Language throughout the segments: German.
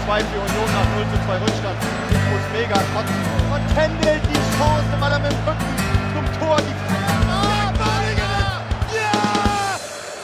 2 für Union nach 0:2 Rückstand. Nico mega kotzen und Kendall die Chance, weil er mit dem Rücken zum Tor die ja!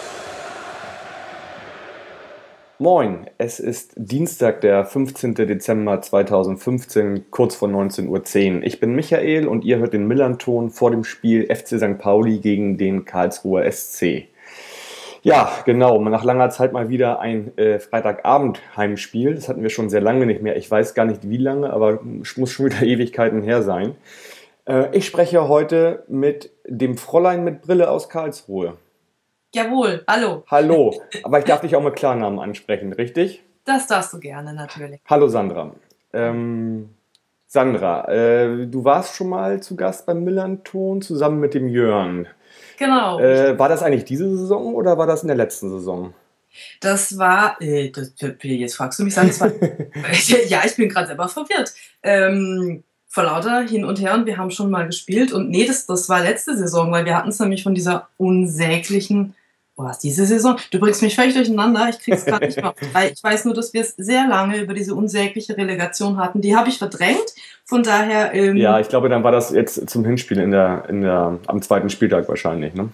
Moin, es ist Dienstag, der 15. Dezember 2015, kurz vor 19:10 Uhr. Ich bin Michael und ihr hört den Millern-Ton vor dem Spiel FC St. Pauli gegen den Karlsruher SC. Ja, genau, nach langer Zeit mal wieder ein Freitagabend-Heimspiel. Das hatten wir schon sehr lange nicht mehr. Ich weiß gar nicht wie lange, aber es muss schon wieder Ewigkeiten her sein. Ich spreche heute mit dem Fräulein mit Brille aus Karlsruhe. Jawohl, hallo. Hallo, aber ich darf dich auch mit Klarnamen ansprechen, richtig? Das darfst du gerne, natürlich. Hallo Sandra. Sandra, du warst schon mal zu Gast beim Millern-Ton zusammen mit dem Jörn. Genau. War das eigentlich diese Saison oder war das in der letzten Saison? Das war, jetzt fragst du mich, das war, ja, ich bin gerade selber verwirrt. Vor lauter hin und her und wir haben schon mal gespielt und nee, das war letzte Saison, weil wir hatten es nämlich von dieser unsäglichen, was diese Saison? Du bringst mich völlig durcheinander, ich krieg's gerade nicht mehr auf drei. Ich weiß nur, dass wir es sehr lange über diese unsägliche Relegation hatten. Die habe ich verdrängt, von daher... ja, ich glaube, dann war das jetzt zum Hinspiel am zweiten Spieltag wahrscheinlich, ne?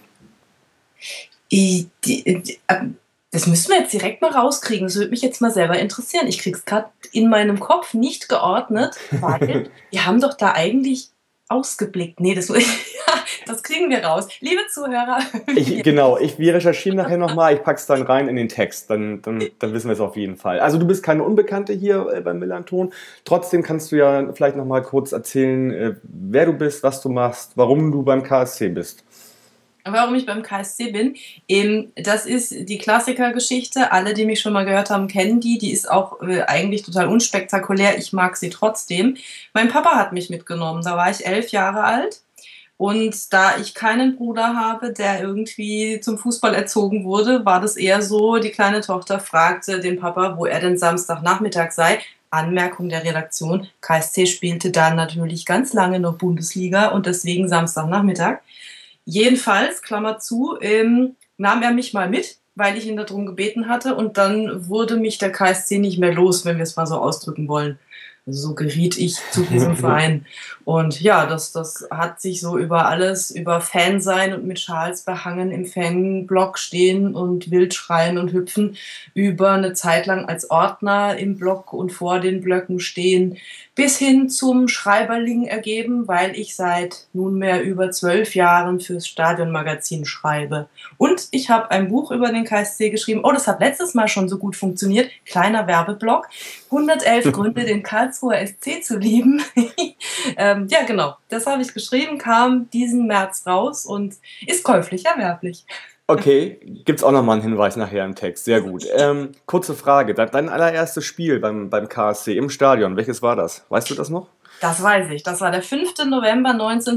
Das müssen wir jetzt direkt mal rauskriegen. Das würde mich jetzt mal selber interessieren. Ich krieg's gerade in meinem Kopf nicht geordnet, weil wir haben doch da eigentlich ausgeblickt. Nee, das kriegen wir raus. Liebe Zuhörer. Wir recherchieren nachher nochmal, ich pack's dann rein in den Text, dann wissen wir es auf jeden Fall. Also du bist keine Unbekannte hier beim Millern-Ton, trotzdem kannst du ja vielleicht nochmal kurz erzählen, wer du bist, was du machst, warum du beim KSC bist. Warum ich beim KSC bin, das ist die Klassikergeschichte. Alle, die mich schon mal gehört haben, kennen die. Die ist auch eigentlich total unspektakulär. Ich mag sie trotzdem. Mein Papa hat mich mitgenommen. Da war ich 11 Jahre alt. Und da ich keinen Bruder habe, der irgendwie zum Fußball erzogen wurde, war das eher so, die kleine Tochter fragte den Papa, wo er denn Samstagnachmittag sei. Anmerkung der Redaktion, KSC spielte dann natürlich ganz lange noch Bundesliga und deswegen Samstagnachmittag. Jedenfalls, Klammer zu, nahm er mich mal mit, weil ich ihn darum gebeten hatte und dann wurde mich der KSC nicht mehr los, wenn wir es mal so ausdrücken wollen. So geriet ich zu diesem Verein. Und ja, das hat sich so über alles, über Fan sein und mit Schals behangen im Fanblock stehen und wild schreien und hüpfen, über eine Zeit lang als Ordner im Block und vor den Blöcken stehen, bis hin zum Schreiberling ergeben, weil ich seit nunmehr über 12 Jahren fürs Stadionmagazin schreibe. Und ich habe ein Buch über den KSC geschrieben. Oh, das hat letztes Mal schon so gut funktioniert. Kleiner Werbeblock. 111 Gründe, den Karlsruher SC zu lieben. Ja, genau. Das habe ich geschrieben, kam diesen März raus und ist käuflich erwerblich. Okay, gibt's auch nochmal einen Hinweis nachher im Text. Sehr gut. Kurze Frage. Dein allererstes Spiel beim KSC im Stadion, welches war das? Weißt du das noch? Das weiß ich. Das war der 5. November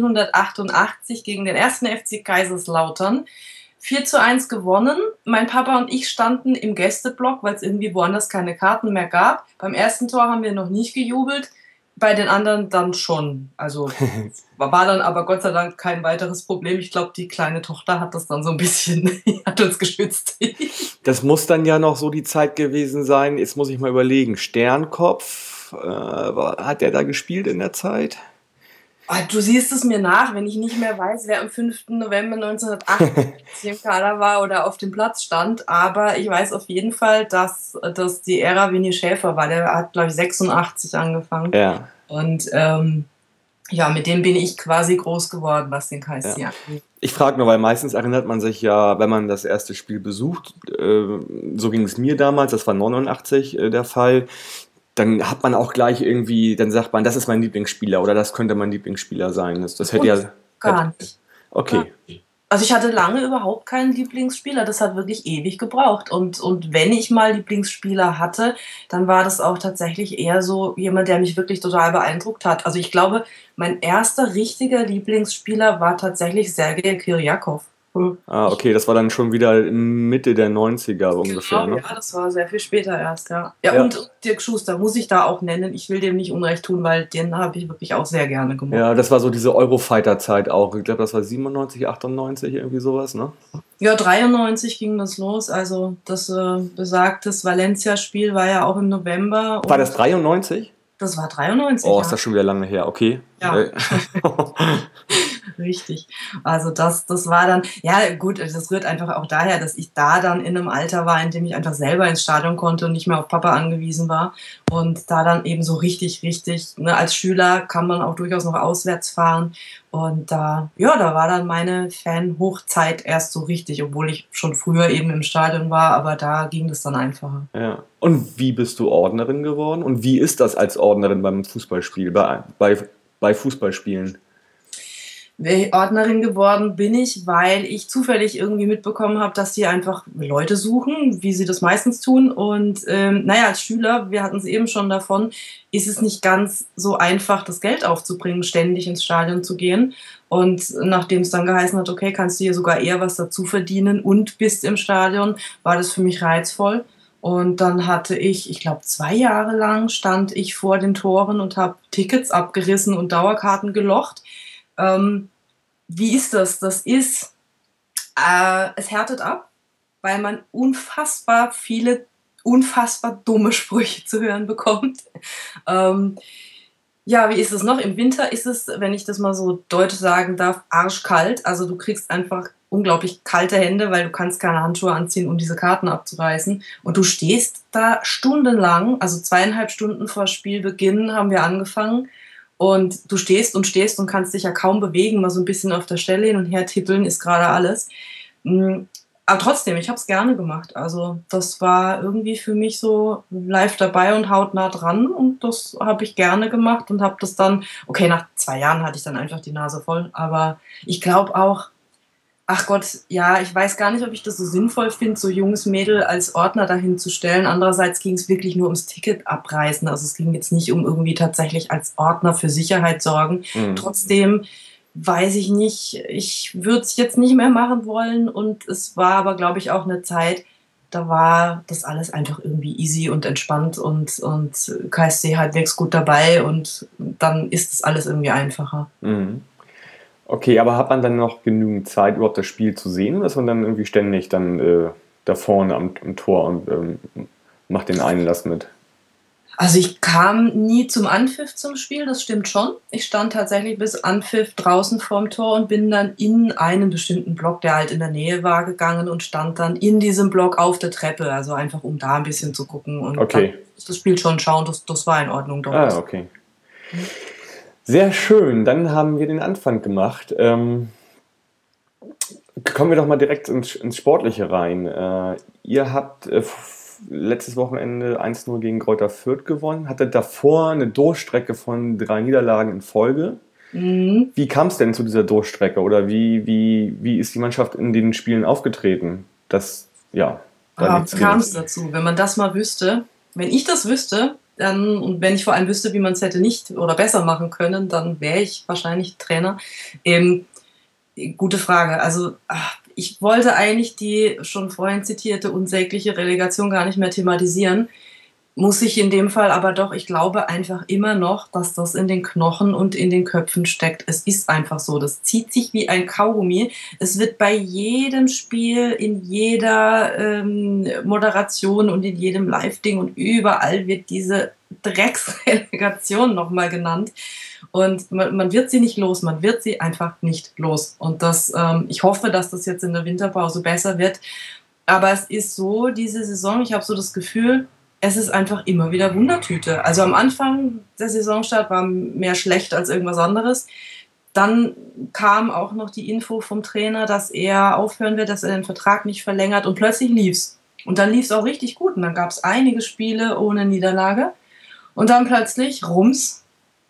1988 gegen den 1. FC Kaiserslautern. 4:1 gewonnen. Mein Papa und ich standen im Gästeblock, weil es irgendwie woanders keine Karten mehr gab. Beim ersten Tor haben wir noch nicht gejubelt, bei den anderen dann schon. Also war dann aber Gott sei Dank kein weiteres Problem. Ich glaube, die kleine Tochter hat das dann so ein bisschen, hat uns geschützt. Das muss dann ja noch so die Zeit gewesen sein. Jetzt muss ich mal überlegen. Sternkopf, hat der da gespielt in der Zeit? Du siehst es mir nach, wenn ich nicht mehr weiß, wer am 5. November 1988 im Kader war oder auf dem Platz stand. Aber ich weiß auf jeden Fall, dass das die Ära Winnie Schäfer war. Der hat, glaube ich, 86 angefangen. Ja. Und ja, mit dem bin ich quasi groß geworden, was den KSC angeht. Ich frage nur, weil meistens erinnert man sich ja, wenn man das erste Spiel besucht, so ging es mir damals, das war 89 der Fall, dann hat man auch gleich irgendwie, dann sagt man, das ist mein Lieblingsspieler oder das könnte mein Lieblingsspieler sein. Das hätte ja... Gar nicht. Okay. Also ich hatte lange überhaupt keinen Lieblingsspieler, das hat wirklich ewig gebraucht. Und wenn ich mal Lieblingsspieler hatte, dann war das auch tatsächlich eher so jemand, der mich wirklich total beeindruckt hat. Also ich glaube, mein erster richtiger Lieblingsspieler war tatsächlich Sergej Kirjakov Ah, okay, das war dann schon wieder Mitte der 90er ungefähr, Genau, ne? ja, das war sehr viel später erst, ja. Ja, Ja. und Dirk Schuster muss ich da auch nennen. Ich will dem nicht Unrecht tun, weil den habe ich wirklich auch sehr gerne gemocht. Ja, das war so diese Eurofighter-Zeit auch. Ich glaube, das war 97, 98, irgendwie sowas, ne? Ja, 93 ging das los. Also das besagtes Valencia-Spiel war ja auch im November. War Und das 93? das war 93, Oh, ist ja. das schon wieder lange her, okay. Ja. Richtig. Also das war dann, ja gut, das rührt einfach auch daher, dass ich da dann in einem Alter war, in dem ich einfach selber ins Stadion konnte und nicht mehr auf Papa angewiesen war. Und da dann eben so richtig, ne, als Schüler kann man auch durchaus noch auswärts fahren. Und da war dann meine Fan-Hochzeit erst so richtig, obwohl ich schon früher eben im Stadion war, aber da ging das dann einfacher. Ja. Und wie bist du Ordnerin geworden? Und wie ist das als Ordnerin beim Fußballspiel, bei Fußballspielen? Ordnerin geworden bin ich, weil ich zufällig irgendwie mitbekommen habe, dass die einfach Leute suchen, wie sie das meistens tun. Und als Schüler, wir hatten es eben schon davon, ist es nicht ganz so einfach, das Geld aufzubringen, ständig ins Stadion zu gehen. Und nachdem es dann geheißen hat, okay, kannst du hier sogar eher was dazu verdienen und bist im Stadion, war das für mich reizvoll. Und dann hatte ich glaube, 2 Jahre lang stand ich vor den Toren und habe Tickets abgerissen und Dauerkarten gelocht. Wie ist das? Das ist, es härtet ab, weil man unfassbar viele, unfassbar dumme Sprüche zu hören bekommt. Ja, wie ist es noch? Im Winter ist es, wenn ich das mal so deutsch sagen darf, arschkalt. Also du kriegst einfach unglaublich kalte Hände, weil du kannst keine Handschuhe anziehen, um diese Karten abzureißen. Und du stehst da stundenlang, also 2,5 Stunden vor Spielbeginn haben wir angefangen. Und du stehst und kannst dich ja kaum bewegen, mal so ein bisschen auf der Stelle hin und her tippeln ist gerade alles. Aber trotzdem, ich habe es gerne gemacht. Also das war irgendwie für mich so live dabei und hautnah dran und das habe ich gerne gemacht und habe das dann, okay, nach 2 Jahren hatte ich dann einfach die Nase voll, aber ich glaube auch, ach Gott, ja, ich weiß gar nicht, ob ich das so sinnvoll finde, so junges Mädel als Ordner dahin zu stellen. Andererseits ging es wirklich nur ums Ticket abreißen. Also es ging jetzt nicht um irgendwie tatsächlich als Ordner für Sicherheit sorgen. Mhm. Trotzdem weiß ich nicht, ich würde es jetzt nicht mehr machen wollen. Und es war aber, glaube ich, auch eine Zeit, da war das alles einfach irgendwie easy und entspannt und KSC halbwegs gut dabei und dann ist das alles irgendwie einfacher. Mhm. Okay, aber hat man dann noch genügend Zeit, überhaupt das Spiel zu sehen? Oder ist man dann irgendwie ständig dann da vorne am Tor und macht den Einlass mit? Also ich kam nie zum Anpfiff zum Spiel, das stimmt schon. Ich stand tatsächlich bis Anpfiff draußen vorm Tor und bin dann in einen bestimmten Block, der halt in der Nähe war, gegangen und stand dann in diesem Block auf der Treppe. Also einfach, um da ein bisschen zu gucken und Okay. dann das Spiel schon schauen, das war in Ordnung. Doch. Ah, okay. Sehr schön, dann haben wir den Anfang gemacht. Kommen wir doch mal direkt ins Sportliche rein. Ihr habt letztes Wochenende 1:0 gegen Greuther Fürth gewonnen, hattet davor eine Durchstrecke von 3 Niederlagen in Folge. Mhm. Wie kam es denn zu dieser Durchstrecke oder wie ist die Mannschaft in den Spielen aufgetreten? Wie kam es dazu? Wenn man das mal wüsste, wenn ich das wüsste, dann, und wenn ich vor allem wüsste, wie man es hätte nicht oder besser machen können, dann wäre ich wahrscheinlich Trainer. Gute Frage. Also ich wollte eigentlich die schon vorhin zitierte unsägliche Relegation gar nicht mehr thematisieren. Muss ich in dem Fall aber doch, ich glaube einfach immer noch, dass das in den Knochen und in den Köpfen steckt. Es ist einfach so, das zieht sich wie ein Kaugummi. Es wird bei jedem Spiel, in jeder Moderation und in jedem Live-Ding und überall wird diese Drecksrelegation nochmal genannt. Und man wird sie nicht los, man wird sie einfach nicht los. Und ich hoffe, dass das jetzt in der Winterpause besser wird. Aber es ist so, diese Saison, ich habe so das Gefühl, es ist einfach immer wieder Wundertüte. Also am Anfang der Saisonstart war mehr schlecht als irgendwas anderes. Dann kam auch noch die Info vom Trainer, dass er aufhören wird, dass er den Vertrag nicht verlängert und plötzlich lief's. Und dann lief's auch richtig gut und dann gab es einige Spiele ohne Niederlage und dann plötzlich, rums,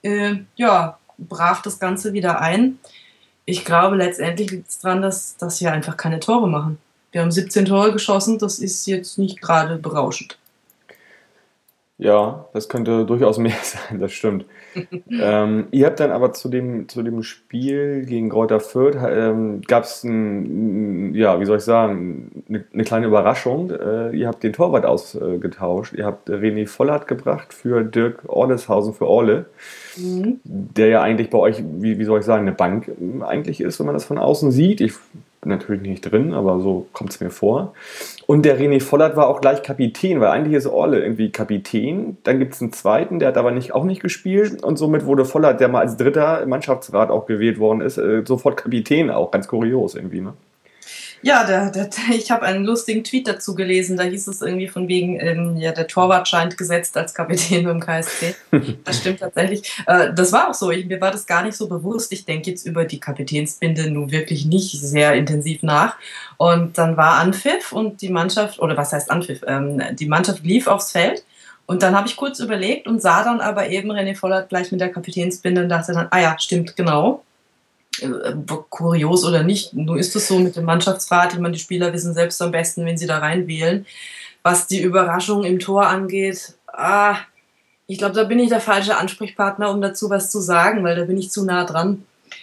brach das Ganze wieder ein. Ich glaube, letztendlich liegt es daran, dass wir einfach keine Tore machen. Wir haben 17 Tore geschossen, das ist jetzt nicht gerade berauschend. Ja, das könnte durchaus mehr sein, das stimmt. Ihr habt dann aber zu dem Spiel gegen Greuther Fürth, gab es ja, wie soll ich sagen, eine kleine Überraschung. Ihr habt den Torwart ausgetauscht. Ihr habt René Vollert gebracht für Dirk Orleshausen für Orle, Mhm. der ja eigentlich bei euch, wie soll ich sagen, eine Bank eigentlich ist, wenn man das von außen sieht. Ich bin natürlich nicht drin, aber so kommt es mir vor. Und der René Vollert war auch gleich Kapitän, weil eigentlich ist Orle irgendwie Kapitän. Dann gibt es einen zweiten, der hat aber auch nicht gespielt. Und somit wurde Vollert, der mal als dritter im Mannschaftsrat auch gewählt worden ist, sofort Kapitän auch. Ganz kurios irgendwie, ne? Ja, ich habe einen lustigen Tweet dazu gelesen. Da hieß es irgendwie von wegen, ja, der Torwart scheint gesetzt als Kapitän beim KSC. Das stimmt tatsächlich. Das war auch so. Mir war das gar nicht so bewusst. Ich denke jetzt über die Kapitänsbinde nun wirklich nicht sehr intensiv nach. Und dann war Anpfiff und die Mannschaft, oder was heißt Anpfiff? Die Mannschaft lief aufs Feld. Und dann habe ich kurz überlegt und sah dann aber eben René Vollert gleich mit der Kapitänsbinde und dachte dann, ah ja, stimmt, genau. Kurios oder nicht, nur ist es so mit dem Mannschaftsrat, ich meine, die Spieler wissen selbst am besten, wen sie da reinwählen. Was die Überraschung im Tor angeht, ich glaube, da bin ich der falsche Ansprechpartner, um dazu was zu sagen, weil da bin ich zu nah dran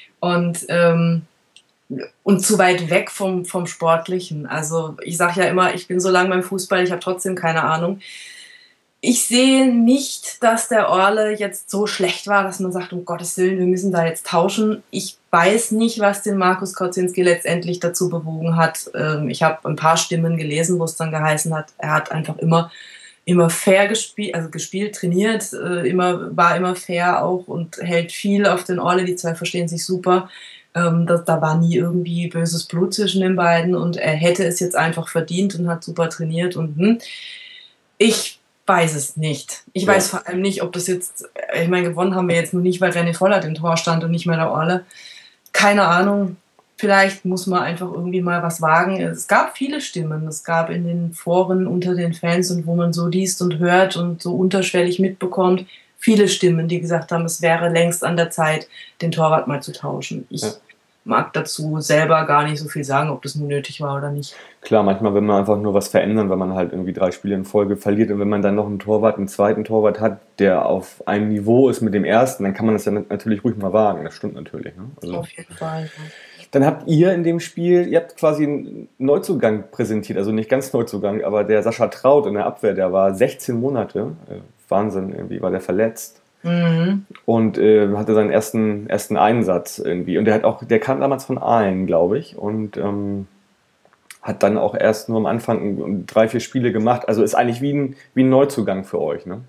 und zu weit weg vom Sportlichen. Also ich sage ja immer, ich bin so lange beim Fußball, ich habe trotzdem keine Ahnung. Ich sehe nicht, dass der Orle jetzt so schlecht war, dass man sagt, um Gottes Willen, wir müssen da jetzt tauschen. Ich weiß nicht, was den Markus Kocinski letztendlich dazu bewogen hat. Ich habe ein paar Stimmen gelesen, wo es dann geheißen hat, er hat einfach immer fair gespielt, also gespielt, trainiert, war immer fair auch und hält viel auf den Orle. Die zwei verstehen sich super. Da war nie irgendwie böses Blut zwischen den beiden und er hätte es jetzt einfach verdient und hat super trainiert und ich weiß es nicht. Ich weiß Ja. vor allem nicht, ob das jetzt, ich meine, gewonnen haben wir jetzt nur nicht, weil René Vollert im Tor stand und nicht mehr der Orle. Keine Ahnung. Vielleicht muss man einfach irgendwie mal was wagen. Es gab viele Stimmen. Es gab in den Foren unter den Fans und wo man so liest und hört und so unterschwellig mitbekommt, viele Stimmen, die gesagt haben, es wäre längst an der Zeit, den Torwart mal zu tauschen. Ich Ja. mag dazu selber gar nicht so viel sagen, ob das nun nötig war oder nicht. Klar, manchmal will man einfach nur was verändern, wenn man halt irgendwie 3 Spiele in Folge verliert. Und wenn man dann noch einen zweiten Torwart hat, der auf einem Niveau ist mit dem ersten, dann kann man das ja natürlich ruhig mal wagen. Das stimmt natürlich. Ne? Also, Auf jeden Fall. dann habt ihr in dem Spiel, ihr habt quasi einen Neuzugang präsentiert, also nicht ganz Neuzugang, aber der Sascha Traut in der Abwehr, der war 16 Monate, Wahnsinn, irgendwie war der verletzt. Mhm. Und hatte seinen ersten Einsatz irgendwie. Und der kam damals von Aalen, glaube ich. Und hat dann auch erst nur am Anfang 3, 4 Spiele gemacht. Also ist eigentlich wie ein Neuzugang für euch, ne?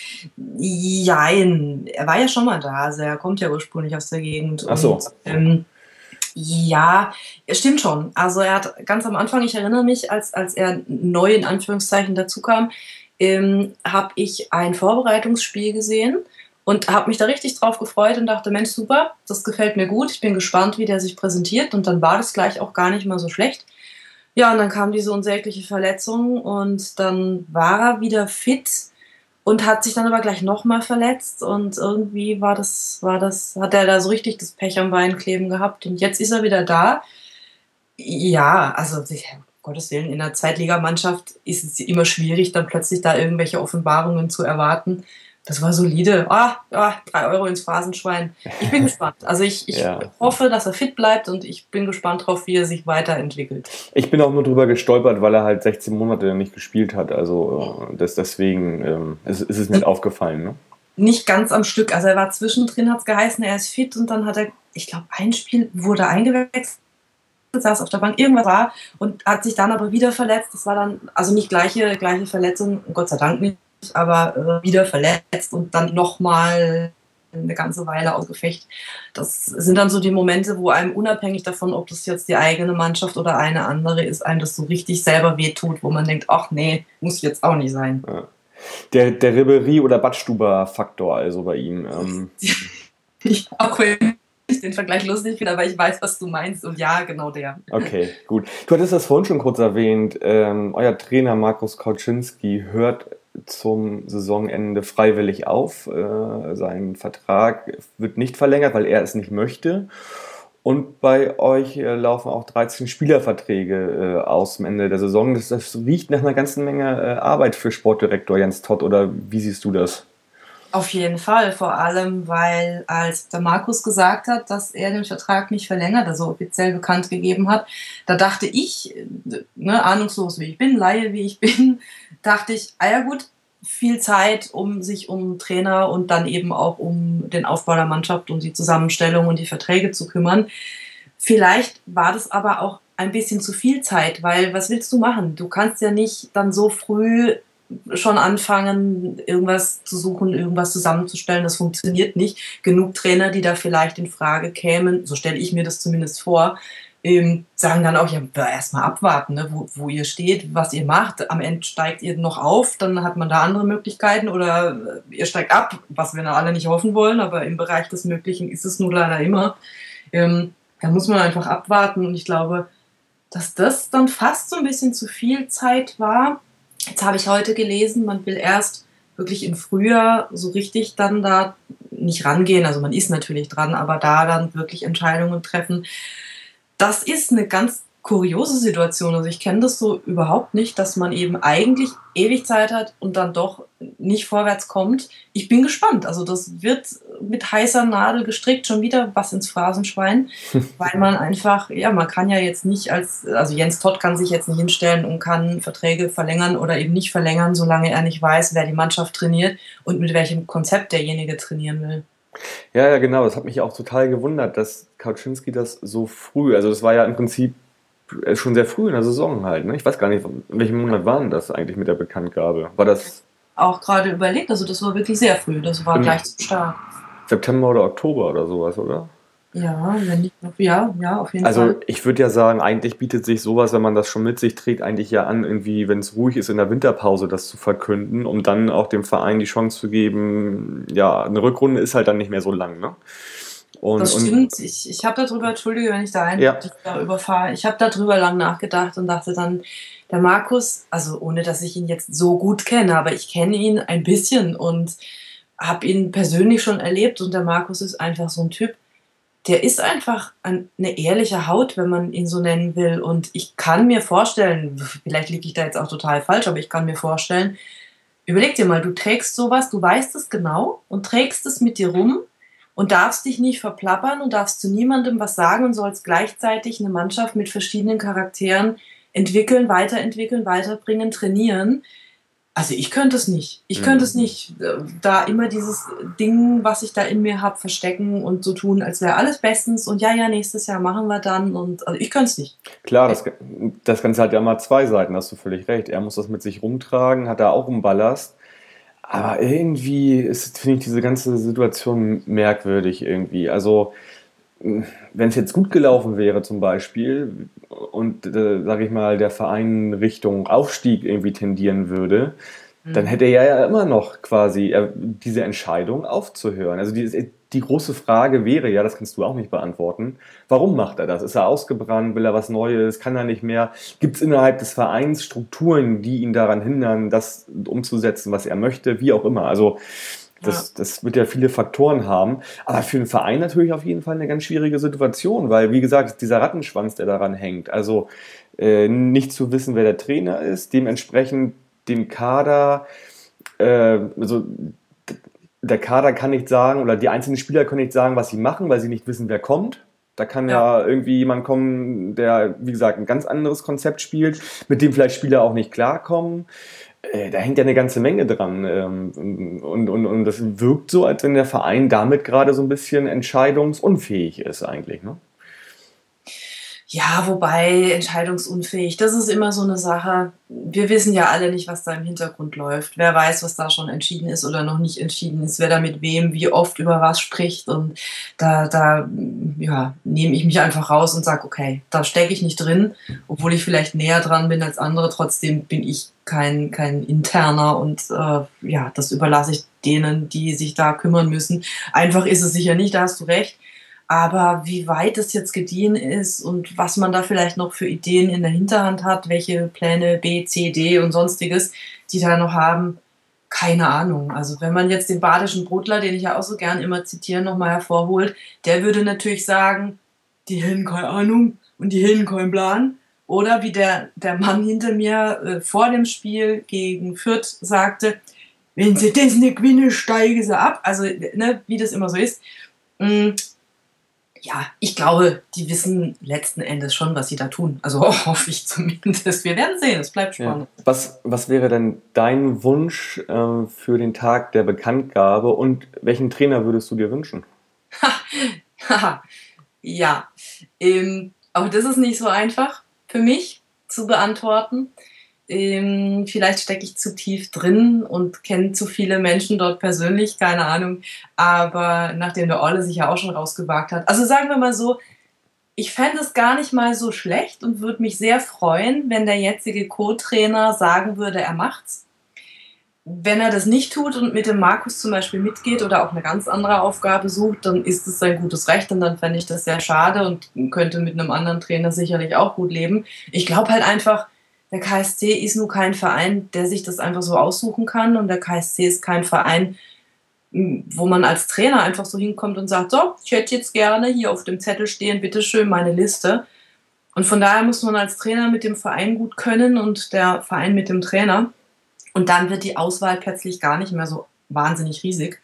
Jein, er war ja schon mal da, also er kommt ja ursprünglich aus der Gegend. Ach so. Und, ja, es stimmt schon. Also er hat ganz am Anfang, ich erinnere mich, als er neu in Anführungszeichen dazukam, habe ich ein Vorbereitungsspiel gesehen und habe mich da richtig drauf gefreut und dachte, Mensch, super, das gefällt mir gut, ich bin gespannt, wie der sich präsentiert und dann war das gleich auch gar nicht mal so schlecht. Ja, und dann kam diese unsägliche Verletzung und dann war er wieder fit und hat sich dann aber gleich nochmal verletzt und irgendwie hat er da so richtig das Pech am Bein kleben gehabt und jetzt ist er wieder da. Ja, also um Gottes Willen, in der Zweitligamannschaft ist es immer schwierig, dann plötzlich da irgendwelche Offenbarungen zu erwarten. Das war solide. 3 € ins Phrasenschwein. Ich bin gespannt. Also ich Ja. hoffe, dass er fit bleibt und ich bin gespannt drauf, wie er sich weiterentwickelt. Ich bin auch nur drüber gestolpert, weil er halt 16 Monate nicht gespielt hat. Also deswegen ist es mir aufgefallen. Ne? Nicht ganz am Stück. Also er war zwischendrin, hat es geheißen, er ist fit und dann hat er, ich glaube, ein Spiel wurde eingewechselt, saß auf der Bank, irgendwas war und hat sich dann aber wieder verletzt. Das war dann, also nicht gleiche Verletzung, Gott sei Dank nicht, aber wieder verletzt und dann nochmal eine ganze Weile aus Gefecht. Das sind dann so die Momente, wo einem unabhängig davon, ob das jetzt die eigene Mannschaft oder eine andere ist, einem das so richtig selber wehtut, wo man denkt, ach nee, muss jetzt auch nicht sein. Ja. Der Ribéry- oder Badstuber-Faktor also bei ihm. Auch wenn ich den Vergleich lustig finde, aber ich weiß, was du meinst und ja, genau der. Okay, gut. Du hattest das vorhin schon kurz erwähnt. Euer Trainer Markus Kauczynski hört zum Saisonende freiwillig auf. Sein Vertrag wird nicht verlängert, weil er es nicht möchte. Und bei euch laufen auch 13 Spielerverträge aus zum Ende der Saison. Das riecht nach einer ganzen Menge Arbeit für Sportdirektor Jens Todt, oder wie siehst du das? Auf jeden Fall, vor allem, weil als der Markus gesagt hat, dass er den Vertrag nicht verlängert, also offiziell bekannt gegeben hat, da dachte ich, ne, ahnungslos wie ich bin, Laie wie ich bin, dachte ich, ah ja gut, viel Zeit, um sich um Trainer und dann eben auch um den Aufbau der Mannschaft, um die Zusammenstellung und die Verträge zu kümmern. Vielleicht war das aber auch ein bisschen zu viel Zeit, weil was willst du machen? Du kannst ja nicht dann so früh schon anfangen, irgendwas zu suchen, irgendwas zusammenzustellen. Das funktioniert nicht. Genug Trainer, die da vielleicht in Frage kämen, so stelle ich mir das zumindest vor, sagen dann auch, ja, erstmal abwarten, ne, wo ihr steht, was ihr macht. Am Ende steigt ihr noch auf, dann hat man da andere Möglichkeiten oder ihr steigt ab, was wir alle nicht hoffen wollen, aber im Bereich des Möglichen ist es nur leider immer. Da muss man einfach abwarten und ich glaube, dass das dann fast so ein bisschen zu viel Zeit war. Jetzt habe ich heute gelesen, man will erst wirklich im Frühjahr so richtig dann da nicht rangehen. Also man ist natürlich dran, aber da dann wirklich Entscheidungen treffen. Das ist eine ganz kuriose Situation. Also ich kenne das so überhaupt nicht, dass man eben eigentlich ewig Zeit hat und dann doch nicht vorwärts kommt. Ich bin gespannt. Also das wird mit heißer Nadel gestrickt, schon wieder was ins Phrasenschwein, weil man einfach, ja, man kann ja jetzt nicht also Jens Todt kann sich jetzt nicht hinstellen und kann Verträge verlängern oder eben nicht verlängern, solange er nicht weiß, wer die Mannschaft trainiert und mit welchem Konzept derjenige trainieren will. Ja, ja, genau. Das hat mich auch total gewundert, dass Kauczynski das so früh, also das war ja im Prinzip schon sehr früh in der Saison halt. Ne? Ich weiß gar nicht, in welchem Monat waren das eigentlich mit der Bekanntgabe? War das Auch gerade überlegt, also das war wirklich sehr früh, das war im gleich zum Start. September oder Oktober oder sowas, oder? Ja, wenn nicht noch, ja, ja, auf jeden Also Fall. ich würde ja sagen, eigentlich bietet sich sowas, wenn man das schon mit sich trägt, eigentlich ja an, irgendwie, wenn es ruhig ist in der Winterpause, das zu verkünden, um dann auch dem Verein die Chance zu geben, ja, eine Rückrunde ist halt dann nicht mehr so lang, ne? Das Und stimmt. Ich habe darüber, entschuldige, wenn ich ja, dich da überfahre, ich habe darüber lang nachgedacht und dachte dann, der Markus, also ohne dass ich ihn jetzt so gut kenne, aber ich kenne ihn ein bisschen und habe ihn persönlich schon erlebt und der Markus ist einfach so ein Typ, der ist einfach eine ehrliche Haut, wenn man ihn so nennen will. Und ich kann mir vorstellen, vielleicht liege ich da jetzt auch total falsch, aber ich kann mir vorstellen, überleg dir mal, du trägst sowas, du weißt es genau und trägst es mit dir rum und darfst dich nicht verplappern und darfst zu niemandem was sagen und sollst gleichzeitig eine Mannschaft mit verschiedenen Charakteren entwickeln, weiterentwickeln, weiterbringen, trainieren. Also ich könnte es nicht. Ich könnte es mhm. nicht. Da immer dieses Ding, was ich da in mir habe, verstecken und so tun, als wäre alles bestens und ja, ja, nächstes Jahr machen wir dann und also ich könnte es nicht. Klar, das Ganze hat ja mal zwei Seiten, hast du völlig recht. Er muss das mit sich rumtragen, hat da auch einen Ballast. Aber irgendwie ist, finde ich, diese ganze Situation merkwürdig irgendwie. Also, wenn es jetzt gut gelaufen wäre zum Beispiel und, sage ich mal, der Verein Richtung Aufstieg irgendwie tendieren würde, dann Mhm. hätte er ja immer noch quasi diese Entscheidung aufzuhören. Also die große Frage wäre ja, das kannst du auch nicht beantworten, warum macht er das? Ist er ausgebrannt? Will er was Neues? Kann er nicht mehr? Gibt es innerhalb des Vereins Strukturen, die ihn daran hindern, das umzusetzen, was er möchte? Wie auch immer. Also Ja. das wird ja viele Faktoren haben. Aber für den Verein natürlich auf jeden Fall eine ganz schwierige Situation, weil, wie gesagt, dieser Rattenschwanz, der daran hängt. Also nicht zu wissen, wer der Trainer ist, dementsprechend den Kader, also der Kader kann nicht sagen, oder die einzelnen Spieler können nicht sagen, was sie machen, weil sie nicht wissen, wer kommt. Da kann Ja. ja irgendwie jemand kommen, der, wie gesagt, ein ganz anderes Konzept spielt, mit dem vielleicht Spieler auch nicht klarkommen. Da hängt ja eine ganze Menge dran. Und das wirkt so, als wenn der Verein damit gerade so ein bisschen entscheidungsunfähig ist eigentlich. Ne? Ja, wobei entscheidungsunfähig, das ist immer so eine Sache. Wir wissen ja alle nicht, was da im Hintergrund läuft. Wer weiß, was da schon entschieden ist oder noch nicht entschieden ist, wer da mit wem, wie oft über was spricht. Und da ja, nehme ich mich einfach raus und sage, okay, da stecke ich nicht drin, obwohl ich vielleicht näher dran bin als andere. Trotzdem bin ich kein Interner und ja, das überlasse ich denen, die sich da kümmern müssen. Einfach ist es sicher nicht, da hast du recht. Aber wie weit es jetzt gediehen ist und was man da vielleicht noch für Ideen in der Hinterhand hat, welche Pläne B, C, D und sonstiges, die da noch haben, keine Ahnung. Also wenn man jetzt den badischen Brudler, den ich ja auch so gern immer zitieren, nochmal hervorholt, der würde natürlich sagen, die haben keine Ahnung und die haben keinen Plan. Oder wie der Mann hinter mir vor dem Spiel gegen Fürth sagte, wenn sie das nicht gewinnen, steigen sie ab. Also, ne, wie das immer so ist. Ja, ich glaube, die wissen letzten Endes schon, was sie da tun. Also hoffe ich zumindest. Wir werden sehen, es bleibt spannend. Ja. Was wäre denn dein Wunsch für den Tag der Bekanntgabe und welchen Trainer würdest du dir wünschen? Ja, aber das ist nicht so einfach für mich zu beantworten. Vielleicht stecke ich zu tief drin und kenne zu viele Menschen dort persönlich, keine Ahnung. Aber nachdem der Olle sich ja auch schon rausgewagt hat. Also sagen wir mal so, ich fände es gar nicht mal so schlecht und würde mich sehr freuen, wenn der jetzige Co-Trainer sagen würde, er macht's. Wenn er das nicht tut und mit dem Markus zum Beispiel mitgeht oder auch eine ganz andere Aufgabe sucht, dann ist es sein gutes Recht und dann fände ich das sehr schade und könnte mit einem anderen Trainer sicherlich auch gut leben. Ich glaube halt einfach, der KSC ist nur kein Verein, der sich das einfach so aussuchen kann und der KSC ist kein Verein, wo man als Trainer einfach so hinkommt und sagt, so, ich hätte jetzt gerne hier auf dem Zettel stehen, bitteschön, meine Liste. Und von daher muss man als Trainer mit dem Verein gut können und der Verein mit dem Trainer. Und dann wird die Auswahl plötzlich gar nicht mehr so wahnsinnig riesig.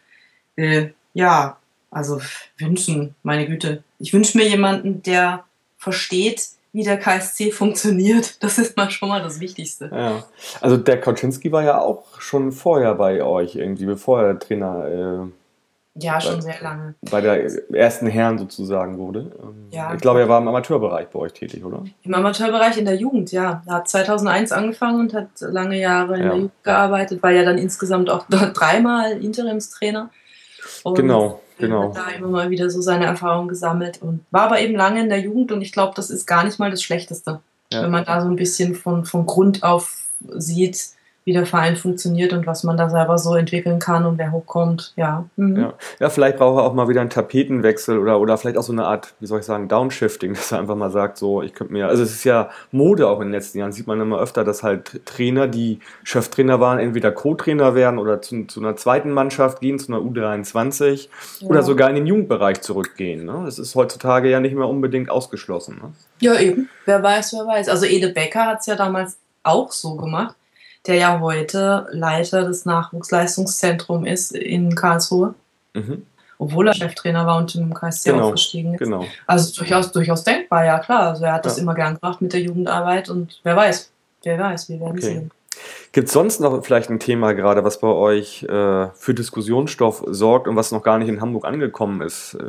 Ja, also wünschen, meine Güte. Ich wünsche mir jemanden, der versteht, wie der KSC funktioniert. Das ist mal schon mal das Wichtigste. Ja. Also der Kauczynski war ja auch schon vorher bei euch irgendwie, bevor er Trainer Ja, schon sehr lange. bei der ersten Herren sozusagen wurde. Ja. Ich glaube, er war im Amateurbereich bei euch tätig, oder? Im Amateurbereich in der Jugend, ja. Er hat 2001 angefangen und hat lange Jahre in der Jugend gearbeitet, war ja dann insgesamt auch dreimal Interimstrainer. Und Genau. hat da immer mal wieder so seine Erfahrungen gesammelt und war aber eben lange in der Jugend und ich glaube, das ist gar nicht mal das Schlechteste, wenn man da so ein bisschen von Grund auf sieht, wie der Verein funktioniert und was man da selber so entwickeln kann und wer hochkommt, ja. Mhm. Ja, vielleicht braucht er auch mal wieder einen Tapetenwechsel oder vielleicht auch so eine Art, wie soll ich sagen, Downshifting, dass er einfach mal sagt, so, ich könnte mir, also es ist ja Mode auch in den letzten Jahren, sieht man immer öfter, dass halt Trainer, die Cheftrainer waren, entweder Co-Trainer werden oder zu einer zweiten Mannschaft gehen, zu einer U23 oder sogar in den Jugendbereich zurückgehen. Ne? Das ist heutzutage ja nicht mehr unbedingt ausgeschlossen. Ne? Ja, eben. Wer weiß, wer weiß. Also Ede Becker hat es ja damals auch so gemacht, der ja heute Leiter des Nachwuchsleistungszentrums ist in Karlsruhe, obwohl er Cheftrainer war und im KSC aufgestiegen ist. Genau. Also durchaus denkbar, ja klar. Also er hat das immer gern gemacht mit der Jugendarbeit und wer weiß, wir werden sehen. Gibt es sonst noch vielleicht ein Thema gerade, was bei euch für Diskussionsstoff sorgt und was noch gar nicht in Hamburg angekommen ist?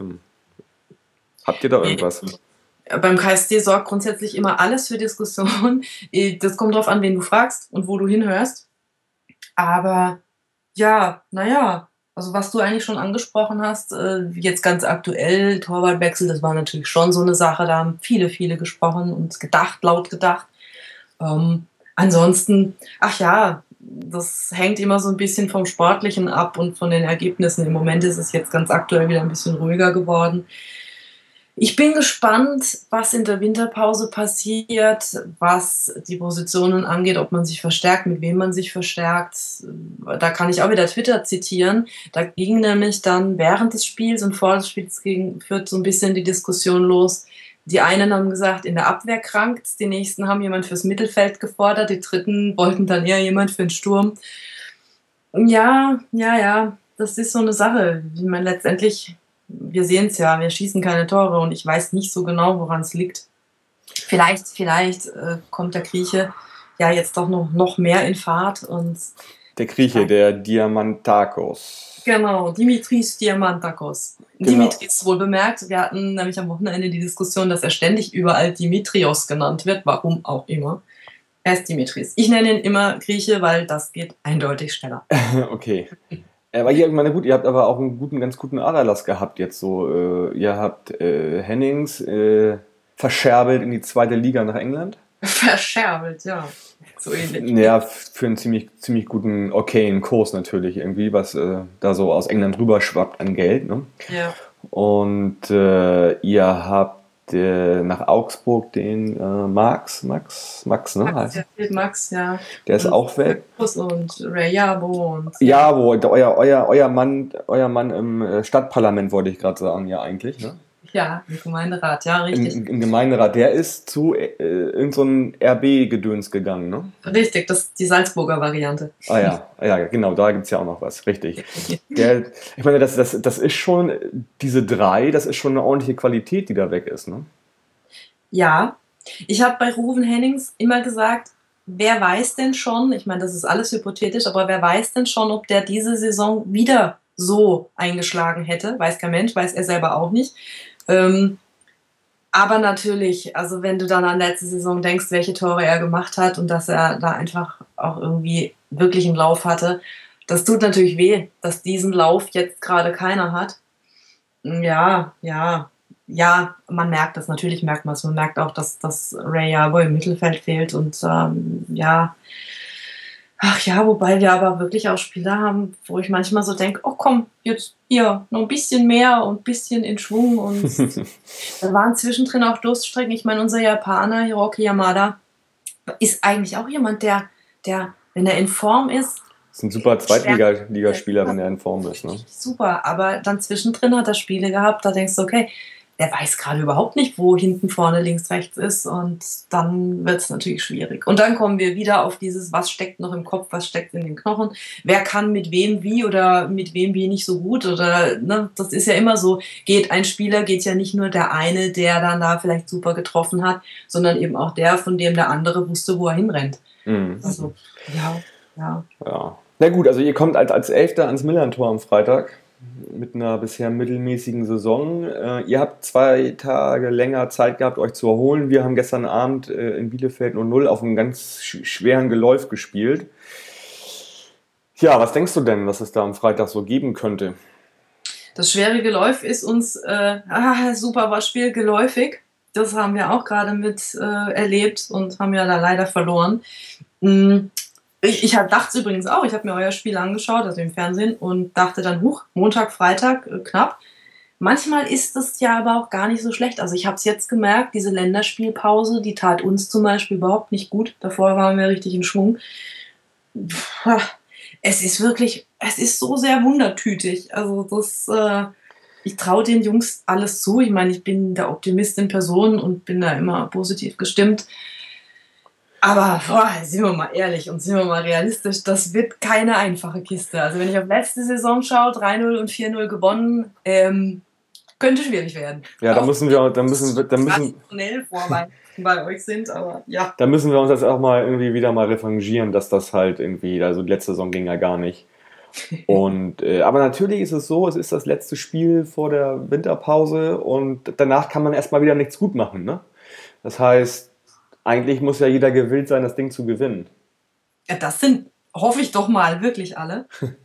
Habt ihr da irgendwas? Beim KSC sorgt grundsätzlich immer alles für Diskussion. Das kommt drauf an, wen du fragst und wo du hinhörst. Aber ja, also was du eigentlich schon angesprochen hast, jetzt ganz aktuell, Torwartwechsel, das war natürlich schon so eine Sache, da haben viele gesprochen und laut gedacht. Ansonsten, das hängt immer so ein bisschen vom Sportlichen ab und von den Ergebnissen. Im Moment ist es jetzt ganz aktuell wieder ein bisschen ruhiger geworden. Ich bin gespannt, was in der Winterpause passiert, was die Positionen angeht, ob man sich verstärkt, mit wem man sich verstärkt. Da kann ich auch wieder Twitter zitieren. Da ging nämlich dann während des Spiels und vor des Spiels führt so ein bisschen die Diskussion los. Die einen haben gesagt, in der Abwehr krankt's, die nächsten haben jemand fürs Mittelfeld gefordert, die dritten wollten dann eher jemand für den Sturm. Ja, das ist so eine Sache. Ich meine, letztendlich, wir sehen es ja, wir schießen keine Tore und ich weiß nicht so genau, woran es liegt. Vielleicht kommt der Grieche ja jetzt doch noch mehr in Fahrt. Und der Grieche, der Diamantakos. Genau, Dimitris Diamantakos. Genau. Dimitris wohl bemerkt, wir hatten nämlich am Wochenende die Diskussion, dass er ständig überall Dimitrios genannt wird, warum auch immer. Er ist Dimitris. Ich nenne ihn immer Grieche, weil das geht eindeutig schneller. Okay. Aber ihr habt aber auch einen ganz guten Aderlass gehabt jetzt so. Ihr habt Hennings verscherbelt in die zweite Liga nach England. Verscherbelt, ja. So ähnlich. Ja, für einen ziemlich guten, okayen Kurs natürlich irgendwie, was da so aus England rüberschwappt an Geld. Ne? Ja. Und ihr habt nach Augsburg den Max, ne? Max, ja. Der ist auch weg. Und Ray Jabo. Und Jabo, euer Mann im Stadtparlament, wollte ich gerade sagen, ja eigentlich. Ne? Ja, im Gemeinderat, ja, richtig. Im Gemeinderat. Der ist zu irgend so ein RB-Gedöns gegangen, ne? Richtig, das ist die Salzburger Variante. Ja, genau, da gibt es ja auch noch was, richtig. Ich meine, das ist schon, diese drei, das ist schon eine ordentliche Qualität, die da weg ist, ne? Ja, ich habe bei Ruven Hennings immer gesagt, wer weiß denn schon, ich meine, das ist alles hypothetisch, aber wer weiß denn schon, ob der diese Saison wieder so eingeschlagen hätte? Weiß kein Mensch, weiß er selber auch nicht. Ähm, aber natürlich, also wenn du dann an letzte Saison denkst, welche Tore er gemacht hat und dass er da einfach auch irgendwie wirklich einen Lauf hatte, das tut natürlich weh, dass diesen Lauf jetzt gerade keiner hat. Ja, ja, ja, man merkt das, natürlich merkt man es. Man merkt auch, dass Ray Yabo im Mittelfeld fehlt und ja, ach ja, wobei wir aber wirklich auch Spieler haben, wo ich manchmal so denke, oh komm, jetzt hier noch ein bisschen mehr und ein bisschen in Schwung und da waren zwischendrin auch Durststrecken. Ich meine, unser Japaner Hiroki Yamada ist eigentlich auch jemand, der, wenn er in Form ist, Das ist ein super Zweitligaspieler, wenn er in Form ist, ne? super, aber dann zwischendrin hat er Spiele gehabt, da denkst du, okay, der weiß gerade überhaupt nicht, wo hinten, vorne, links, rechts ist und dann wird es natürlich schwierig. Und dann kommen wir wieder auf dieses, was steckt noch im Kopf, was steckt in den Knochen, wer kann mit wem wie oder mit wem wie nicht so gut oder, ne, das ist ja immer so, geht ein Spieler, geht ja nicht nur der eine, der dann da vielleicht super getroffen hat, sondern eben auch der, von dem der andere wusste, wo er hinrennt. Mhm. Also, ja. Na gut, also ihr kommt als Elfter ans Millern-Tor am Freitag mit einer bisher mittelmäßigen Saison. Ihr habt 2 Tage länger Zeit gehabt, euch zu erholen. Wir haben gestern Abend in Bielefeld 0-0 auf einem ganz schweren Geläuf gespielt. Ja, was denkst du denn, was es da am Freitag so geben könnte? Das schwere Geläuf ist uns, super Wortspiel, geläufig. Das haben wir auch gerade mit erlebt und haben ja da leider verloren. Dachte es übrigens auch, ich habe mir euer Spiel angeschaut, also im Fernsehen, und dachte dann, huch, Montag, Freitag, knapp. Manchmal ist das ja aber auch gar nicht so schlecht. Also ich habe es jetzt gemerkt, diese Länderspielpause, die tat uns zum Beispiel überhaupt nicht gut. Davor waren wir richtig in Schwung. Es ist wirklich, es ist so sehr wundertütig. Also ich traue den Jungs alles zu. Ich meine, ich bin der Optimist in Person und bin da immer positiv gestimmt. Aber sind wir mal ehrlich und sind wir mal realistisch, das wird keine einfache Kiste. Also wenn ich auf letzte Saison schaue, 3-0 und 4-0 gewonnen, könnte schwierig werden. Ja, da müssen schnell Vorweihnachten bei euch sind, aber ja. Da müssen wir uns jetzt auch mal irgendwie wieder mal revanchieren, dass das halt irgendwie, also die letzte Saison ging ja gar nicht. Und aber natürlich ist es so, es ist das letzte Spiel vor der Winterpause und danach kann man erstmal wieder nichts gut machen, ne? Das heißt, eigentlich muss ja jeder gewillt sein, das Ding zu gewinnen. Ja, das sind, hoffe ich doch mal, wirklich alle.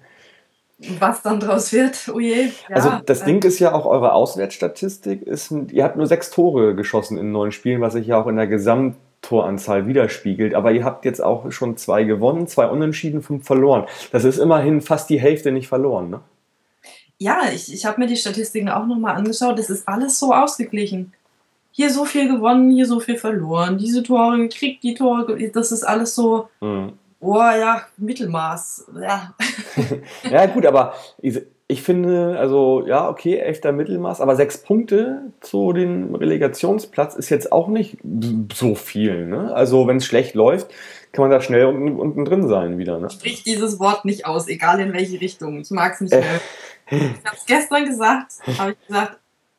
Was dann draus wird, oh je. Ja, also das Ding ist ja auch, eure Auswärtsstatistik ihr habt nur 6 Tore geschossen in 9 Spielen, was sich ja auch in der Gesamttoranzahl widerspiegelt. Aber ihr habt jetzt auch schon 2 gewonnen, 2 unentschieden, 5 verloren. Das ist immerhin fast die Hälfte nicht verloren, ne? Ja, ich habe mir die Statistiken auch nochmal angeschaut. Das ist alles so ausgeglichen. Hier so viel gewonnen, hier so viel verloren. Diese Tore gekriegt, die Tore, das ist alles so... Oh ja, Mittelmaß. Ja. Ja gut, aber ich finde, also ja, okay, 11. Mittelmaß, aber 6 Punkte zu dem Relegationsplatz ist jetzt auch nicht so viel. Ne? Also wenn es schlecht läuft, kann man da schnell unten drin sein wieder. Ne? Sprich dieses Wort nicht aus, egal in welche Richtung. Ich mag es nicht mehr. Ich habe es gestern gesagt, habe ich gesagt,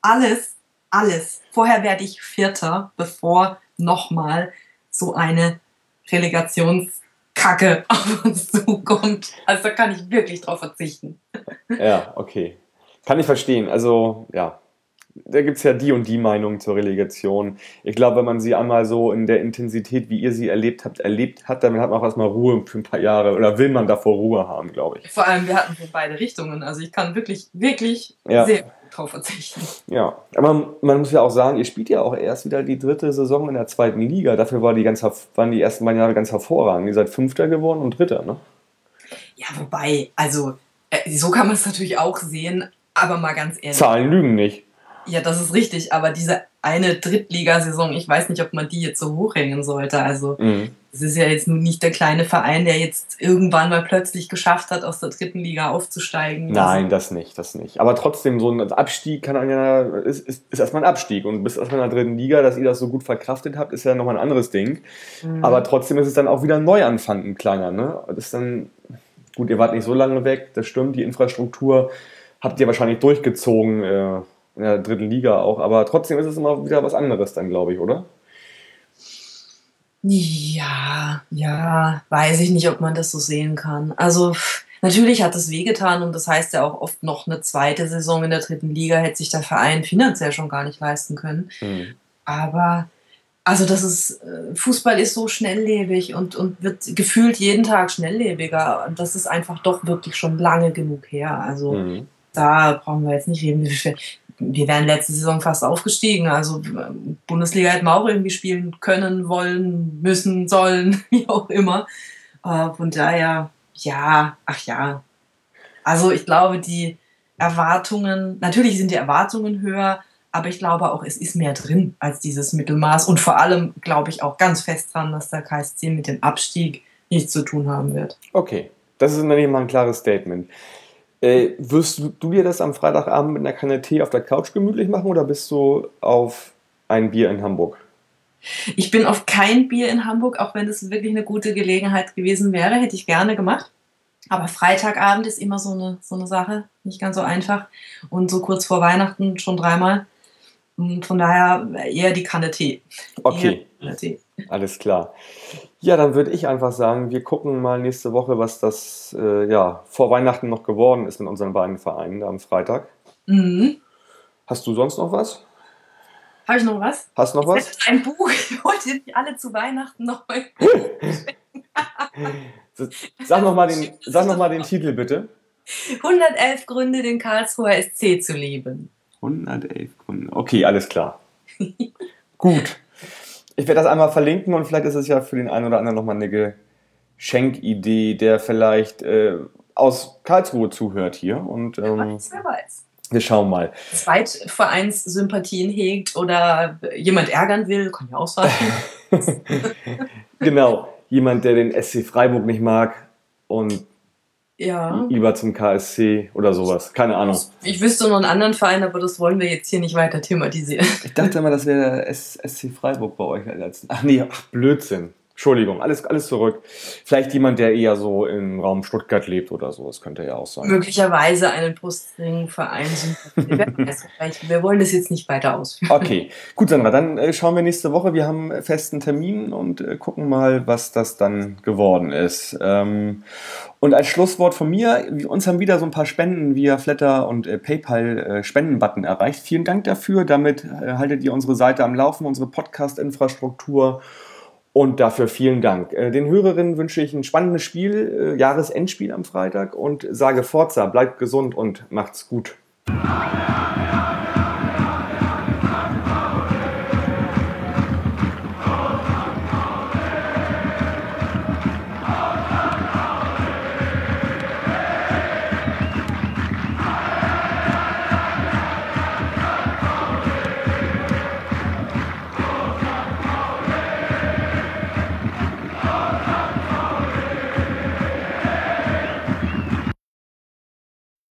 alles. Vorher werde ich Vierter, bevor nochmal so eine Relegationskacke auf uns zukommt. Also da kann ich wirklich drauf verzichten. Ja, okay. Kann ich verstehen. Also, ja. Da gibt es ja die und die Meinung zur Relegation. Ich glaube, wenn man sie einmal so in der Intensität, wie ihr sie erlebt hat, dann hat man auch erstmal Ruhe für ein paar Jahre. Oder will man davor Ruhe haben, glaube ich. Vor allem, wir hatten für beide Richtungen. Also ich kann wirklich Ja. sehr gut drauf verzichten. Ja, aber man muss ja auch sagen, ihr spielt ja auch erst wieder die 3. Saison in der 2. Liga. Dafür waren die ersten beiden Jahre ganz hervorragend. Ihr seid 5. geworden und 3., ne? Ja, wobei, also so kann man es natürlich auch sehen, aber mal ganz ehrlich. Zahlen lügen nicht. Ja, das ist richtig, aber diese eine Drittligasaison. Ich weiß nicht, ob man die jetzt so hochhängen sollte. Also es ist ja jetzt nun nicht der kleine Verein, der jetzt irgendwann mal plötzlich geschafft hat, aus der dritten Liga aufzusteigen. Nein, das nicht. Aber trotzdem, so ein Abstieg ist erstmal ein Abstieg. Und bis erstmal in der dritten Liga, dass ihr das so gut verkraftet habt, ist ja nochmal ein anderes Ding. Aber trotzdem ist es dann auch wieder ein Neuanfang, ein kleiner. Ne? Das ist dann, gut, ihr wart nicht so lange weg, das stimmt, die Infrastruktur habt ihr wahrscheinlich durchgezogen in der dritten Liga auch. Aber trotzdem ist es immer wieder was anderes dann, glaube ich, oder? Ja, weiß ich nicht, ob man das so sehen kann. Also natürlich hat es wehgetan und das heißt ja auch oft noch eine zweite Saison in der dritten Liga hätte sich der Verein finanziell schon gar nicht leisten können. Aber also Fußball ist so schnelllebig und wird gefühlt jeden Tag schnelllebiger. Und das ist einfach doch wirklich schon lange genug her. Also da brauchen wir jetzt nicht reden. Wir wären letzte Saison fast aufgestiegen. Also Bundesliga hätten wir auch irgendwie spielen können, wollen, müssen, sollen, wie auch immer. Von daher, ja. Also ich glaube, natürlich sind die Erwartungen höher, aber ich glaube auch, es ist mehr drin als dieses Mittelmaß. Und vor allem glaube ich auch ganz fest dran, dass der KSC mit dem Abstieg nichts zu tun haben wird. Okay, das ist nämlich mal ein klares Statement. Wirst du dir das am Freitagabend mit einer Kanne Tee auf der Couch gemütlich machen oder bist du auf ein Bier in Hamburg? Ich bin auf kein Bier in Hamburg, auch wenn es wirklich eine gute Gelegenheit gewesen wäre, hätte ich gerne gemacht. Aber Freitagabend ist immer so eine Sache, nicht ganz so einfach. Und so kurz vor Weihnachten schon 3-mal. Und von daher eher die Kanne Tee. Okay, alles klar. Ja, dann würde ich einfach sagen, wir gucken mal nächste Woche, was das vor Weihnachten noch geworden ist mit unseren beiden Vereinen da am Freitag. Hast du sonst noch was? Habe ich noch was? Hast du noch was? Ein Buch. Ich wollte nicht alle zu Weihnachten noch mal. Sag noch mal den Titel bitte. 111 Gründe, den Karlsruher SC zu lieben. 111 Gründe. Okay, alles klar. Gut. Ich werde das einmal verlinken und vielleicht ist es ja für den einen oder anderen nochmal eine Geschenkidee, der vielleicht aus Karlsruhe zuhört hier. Und, wer weiß. Wir schauen mal. Zweitvereinssympathien hegt oder jemand ärgern will, kann ja auch sein. Genau, jemand, der den SC Freiburg nicht mag und lieber zum KSC oder sowas. Keine Ahnung. Ich wüsste noch einen anderen Verein, aber das wollen wir jetzt hier nicht weiter thematisieren. Ich dachte immer, das wäre der SC Freiburg bei euch. Blödsinn. Entschuldigung, alles zurück. Vielleicht jemand, der eher so im Raum Stuttgart lebt oder so. Das könnte ja auch sein. Möglicherweise einen Brustringverein. Wir wollen das jetzt nicht weiter ausführen. Okay, gut, Sandra, dann schauen wir nächste Woche. Wir haben einen festen Termin und gucken mal, was das dann geworden ist. Und als Schlusswort von mir, uns haben wieder so ein paar Spenden via Flatter und PayPal Spendenbutton erreicht. Vielen Dank dafür. Damit haltet ihr unsere Seite am Laufen, unsere Podcast-Infrastruktur. Und dafür vielen Dank. Den Hörerinnen wünsche ich ein spannendes Spiel, Jahresendspiel am Freitag und sage Forza, bleibt gesund und macht's gut.